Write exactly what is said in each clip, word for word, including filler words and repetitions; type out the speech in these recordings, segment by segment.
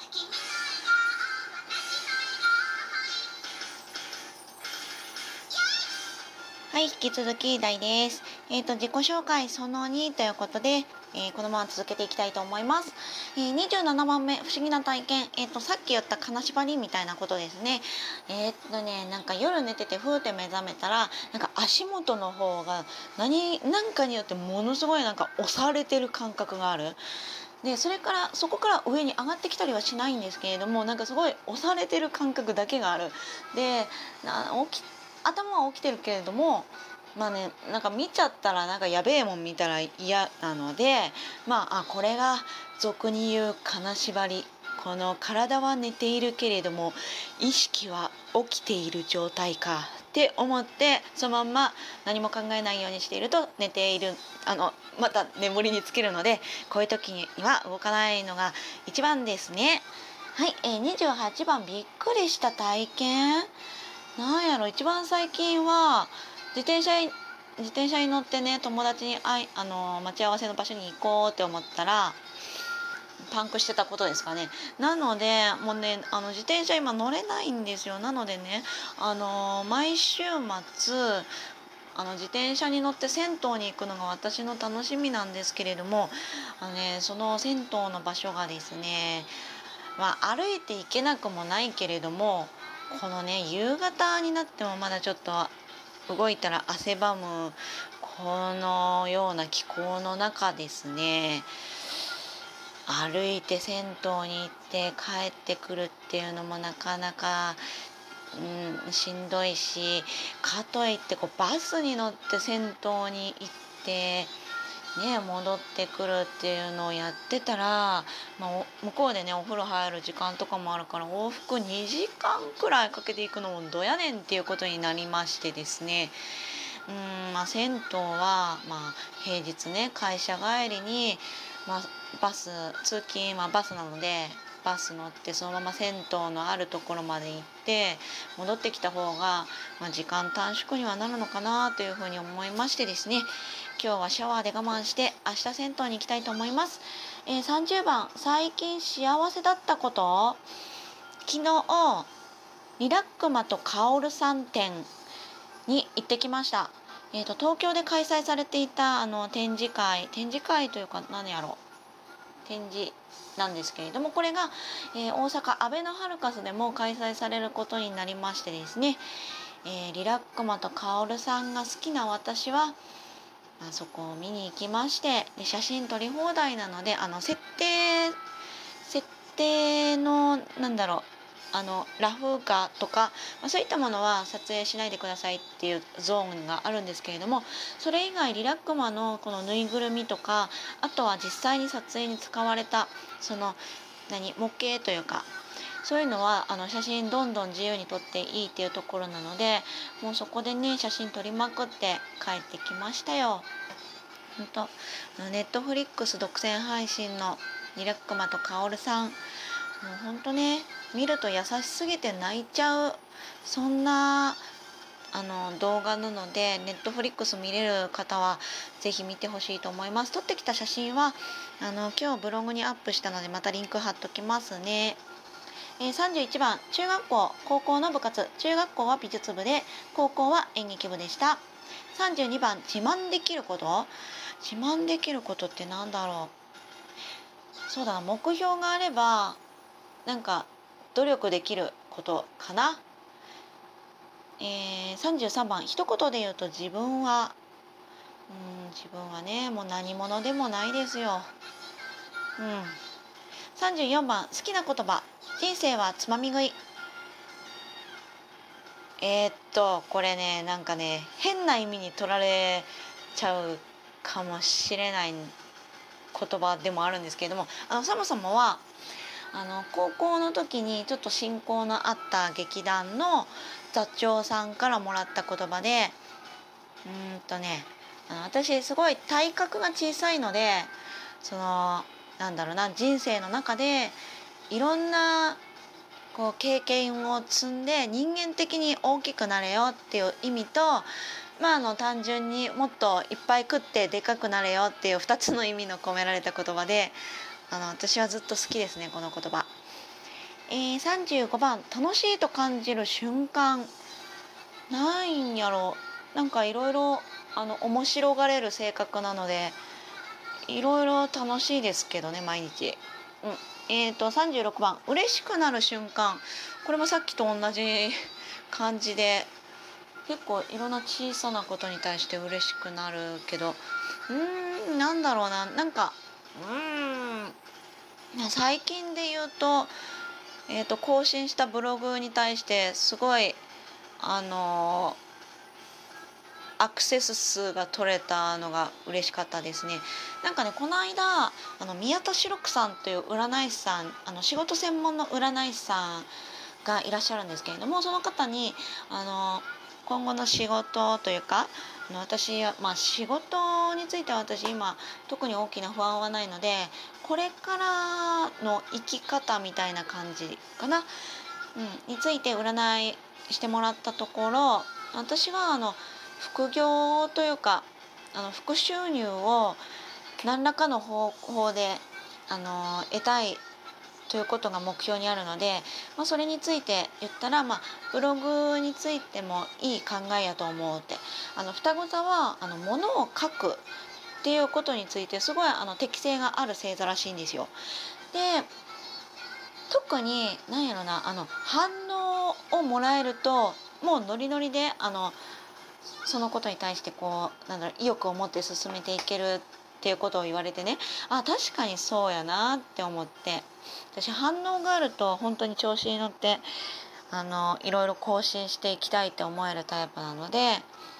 はい、引き続き大です。えっ、と、自己紹介そのにということで、えーこのまま続けていきたいと思います。えーにじゅうななばんめ、不思議な体験。えっ、と、さっき言った金縛りみたいなことですね。えっ、とね、なんか夜寝ててふーって目覚めたら、なんか足元の方が何、なんかによってものすごいなんか押されてる感覚がある。で、それから、そこから上に上がってきたりはしないんですけれども、なんかすごい押されてる感覚だけがある。で、な起き頭は起きてるけれども、まあね、なんか見ちゃったらなんかやべえもん見たら嫌なので、まあ、あ、これが俗に言う金縛り。この体は寝ているけれども意識は起きている状態かって思って、そのまんま何も考えないようにしていると寝ている、あのまた眠りにつけるので、こういう時には動かないのが一番ですね。はい、えー、にじゅうはちばん、びっくりした体験。なんやろ、一番最近は自転車に自転車に乗ってね、友達にあいあの待ち合わせの場所に行こうって思ったらパンクしてたことですかね。なのでもうね、あの自転車今乗れないんですよ。なのでね、あの毎週末あの自転車に乗って銭湯に行くのが私の楽しみなんですけれども、あのね、その銭湯の場所がですね、まあ、歩いて行けなくもないけれども、このね夕方になってもまだちょっと動いたら汗ばむこのような気候の中ですね、歩いて銭湯に行って帰ってくるっていうのもなかなか、うん、しんどいし、かといってこうバスに乗って銭湯に行ってね、戻ってくるっていうのをやってたら、まあ、向こうでねお風呂入る時間とかもあるから往復にじかんくらいかけていくのもどやねんっていうことになりましてですね、うん、まあ、銭湯は、まあ、平日ね会社帰りに、まあ、バス通勤はバスなのでバス乗ってそのまま銭湯のあるところまで行って戻ってきた方が、まあ、時間短縮にはなるのかなというふうに思いましてですね、今日はシャワーで我慢して明日銭湯に行きたいと思います。えー、さんじゅうばん、最近幸せだったこと。昨日リラックマとカオルさん店に行ってきました。えーと、東京で開催されていたあの展示会展示会というか何やろ展示なんですけれども、これが、えー、大阪アベノハルカスでも開催されることになりましてですね、えー、リラックマとカオルさんが好きな私は、まあ、そこを見に行きまして、で写真撮り放題なので、あの設定設定のなんだろうあのラフ画とか、まあ、そういったものは撮影しないでくださいっていうゾーンがあるんですけれども、それ以外リラックマのこのぬいぐるみとか、あとは実際に撮影に使われたその何模型というか、そういうのはあの写真どんどん自由に撮っていいっていうところなので、もうそこでね写真撮りまくって帰ってきましたよ。ほんとネットフリックス独占配信のリラックマとカオルさん、もうほんとね見ると優しすぎて泣いちゃう、そんなあの動画なので、ネットフリックス見れる方はぜひ見てほしいと思います。撮ってきた写真はあの今日ブログにアップしたのでまたリンク貼っときますね。えー、さんじゅういちばん、中学校高校の部活。中学校は美術部で高校は演劇部でした。さんじゅうにばん、自慢できること。自慢できることってなんだろう。そうだな、目標があればなんか努力できることかな。えー、さんじゅうさんばん、一言で言うと自分はうん自分はねもう何者でもないですよ。うん。さんじゅうよんばん、好きな言葉。人生はつまみ食い。えー、っとこれね、なんかね変な意味に取られちゃうかもしれない言葉でもあるんですけれども、あのそもそもはあの高校の時にちょっと親交のあった劇団の座長さんからもらった言葉で、うーんとねあの私すごい体格が小さいので、そのなんだろうな、人生の中でいろんなこう経験を積んで人間的に大きくなれよっていう意味と、まあ、あの単純にもっといっぱい食ってでかくなれよっていうふたつの意味の込められた言葉で、あの私はずっと好きですねこの言葉。 えー、さんじゅうごばん楽しいと感じる瞬間。ないんやろ。なんかいろいろあの面白がれる性格なので、いろいろ楽しいですけどね、毎日。うん。えーとさんじゅうろくばん嬉しくなる瞬間。これもさっきと同じ感じで、結構いろんな小さなことに対して嬉しくなるけど、うーんなんだろうな、なんかうーん最近で言うと、えーと更新したブログに対してすごいあのーアクセス数が取れたのが嬉しかったですね。なんかね、この間あの宮田志六さんという占い師さん、あの仕事専門の占い師さんがいらっしゃるんですけれども、その方にあの今後の仕事というか、あの私は、まあ、仕事については私今特に大きな不安はないので、これからの生き方みたいな感じかな、うん、について占いしてもらったところ、私はあの副業というかあの副収入を何らかの方法であの得たいということが目標にあるので、まあ、それについて言ったら、まあ、ブログについてもいい考えやと思うって、あの双子座はあの物を書くっていうことについてすごいあの適性がある星座らしいんですよ。で特に何やろな、あの反応をもらえるともうノリノリであのそのことに対してこうなんだろう意欲を持って進めていけるっていうことを言われてね、あ確かにそうやなって思って、私反応があると本当に調子に乗ってあのいろいろ更新していきたいって思えるタイプなので、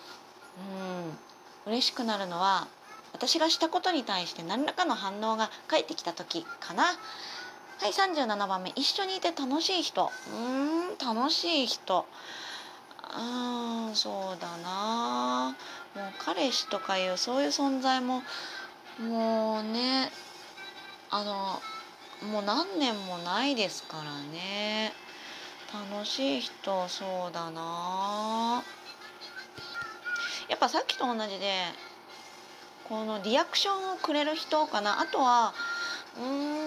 うん嬉しくなるのは私がしたことに対して何らかの反応が返ってきた時かな。はい、さんじゅうななばんめ一緒にいて楽しい人。うーん楽しい人、あーそうだな、もう彼氏とかいうそういう存在ももうね、あのもう何年もないですからね。楽しい人、そうだな、やっぱさっきと同じでこのリアクションをくれる人かな。あとはう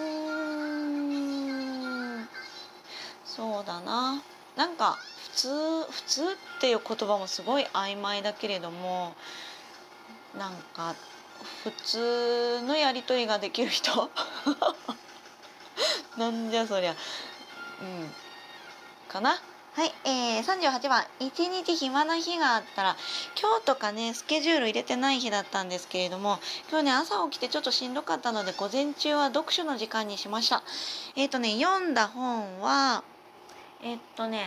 ーんそうだな、なんか普通普通っていう言葉もすごい曖昧だけれども、なんか普通のやり取りができる人なんじゃそりゃ、うんかな。はい、えー、さんじゅうはちばん一日暇な日があったら。今日とかねスケジュール入れてない日だったんですけれども、今日ね朝起きてちょっとしんどかったので午前中は読書の時間にしました。えっ、ー、とね読んだ本はえっ、ー、とね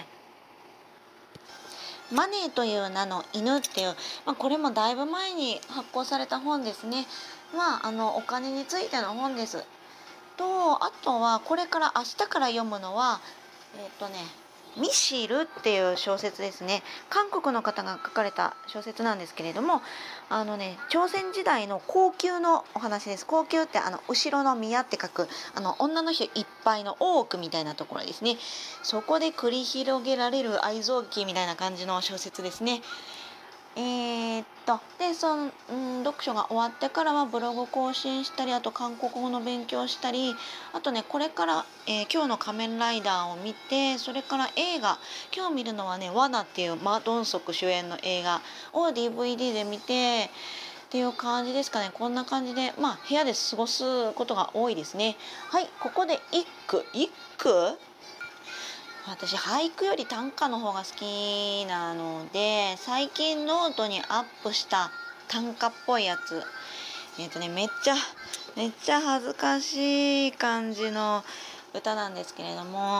マネーという名の犬っていう、まあ、これもだいぶ前に発行された本ですね。まああのお金についての本です。とあとはこれから明日から読むのはえっ、ー、とねミシルっていう小説ですね。韓国の方が書かれた小説なんですけれども、あのね朝鮮時代の皇宮のお話です。皇宮ってあの後ろの宮って書くあの女の人いっぱいの大奥みたいなところですね。そこで繰り広げられる愛憎劇みたいな感じの小説ですね。えー、っとでその、うん、読書が終わってからはブログ更新したり、あと韓国語の勉強したり、あとねこれから、えー今日の仮面ライダーを見て、それから映画、今日見るのはね罠っていうマ・ドンソク主演の映画を ディーブイディー で見てっていう感じですかね。こんな感じでまあ部屋で過ごすことが多いですね。はい、ここで一句一句私俳句より短歌の方が好きなので、最近ノートにアップした短歌っぽいやつ、えっ、とねめっちゃめっちゃ恥ずかしい感じの歌なんですけれども、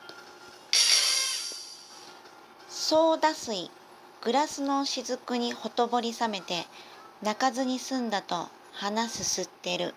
ソーダ水グラスの雫にほとぼり冷めて、泣かずに済んだと花すすってる。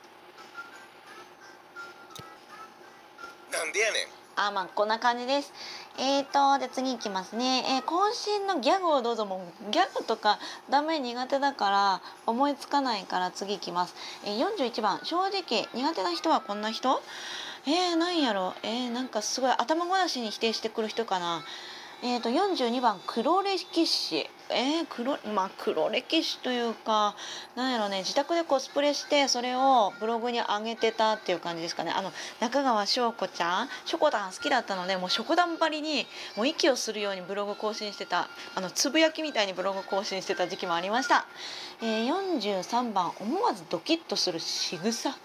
なんでやねん。あ、まあこんな感じです。えーとで次いきますね。えー、渾身のギャグをどうぞ。もうギャグとかダメ、苦手だから思いつかないから次いきます。えー、よんじゅういちばん正直苦手な人はこんな人。えー、なんやろ。えー、なんかすごい頭ごなしに否定してくる人かな。 えー、とよんじゅうにばん黒歴史。えー、黒まあ黒歴史というか、なんやろね、自宅でコスプレしてそれをブログに上げてたっていう感じですかね。あの中川翔子ちゃんしょこたん好きだったので、もうしょこたんばりにもう息をするようにブログ更新してた、あのつぶやきみたいにブログ更新してた時期もありました。えー、よんじゅうさんばん思わずドキッとする仕草。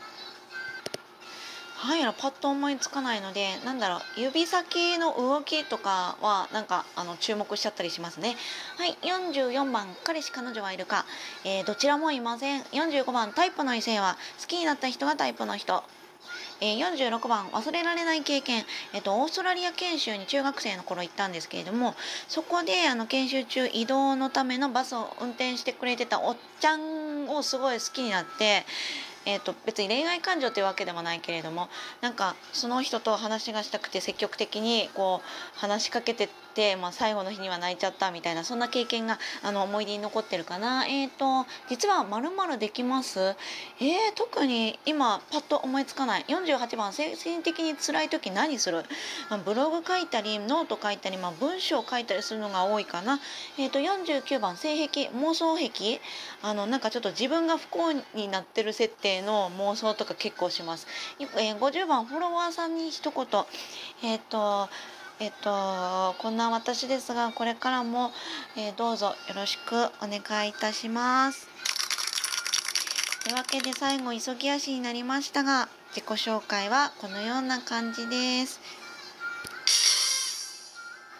はいやらパッと思いつかないので、なんだろう、指先の動きとかはなんかあの注目しちゃったりしますね。はい、よんじゅうよんばん彼氏彼女はいるか、えーどちらもいません。よんじゅうごばんタイプの異性は好きになった人がタイプの人。えー、よんじゅうろくばん忘れられない経験、えっと、オーストラリア研修に中学生の頃行ったんですけれども、そこであの研修中移動のためのバスを運転してくれてたおっちゃんをすごい好きになって、えー、と別に恋愛感情というわけでもないけれども、なんかその人と話がしたくて積極的にこう話しかけてって、まあ、最後の日には泣いちゃったみたいな、そんな経験があの思い出に残ってるかな。えー、と実は〇〇できます。えー、特に今パッと思いつかない。よんじゅうはちばん精神的に辛い時何する、まあ、ブログ書いたりノート書いたり、まあ、文章を書いたりするのが多いかな。えー、とよんじゅうきゅうばん性癖妄想癖。あのなんかちょっと自分が不幸になってる設定の妄想とか結構します。えー、ごじゅうばんフォロワーさんに一言。えっ、とえっ、とこんな私ですが、これからも、えーどうぞよろしくお願いいたします。というわけで最後急ぎ足になりましたが、自己紹介はこのような感じです。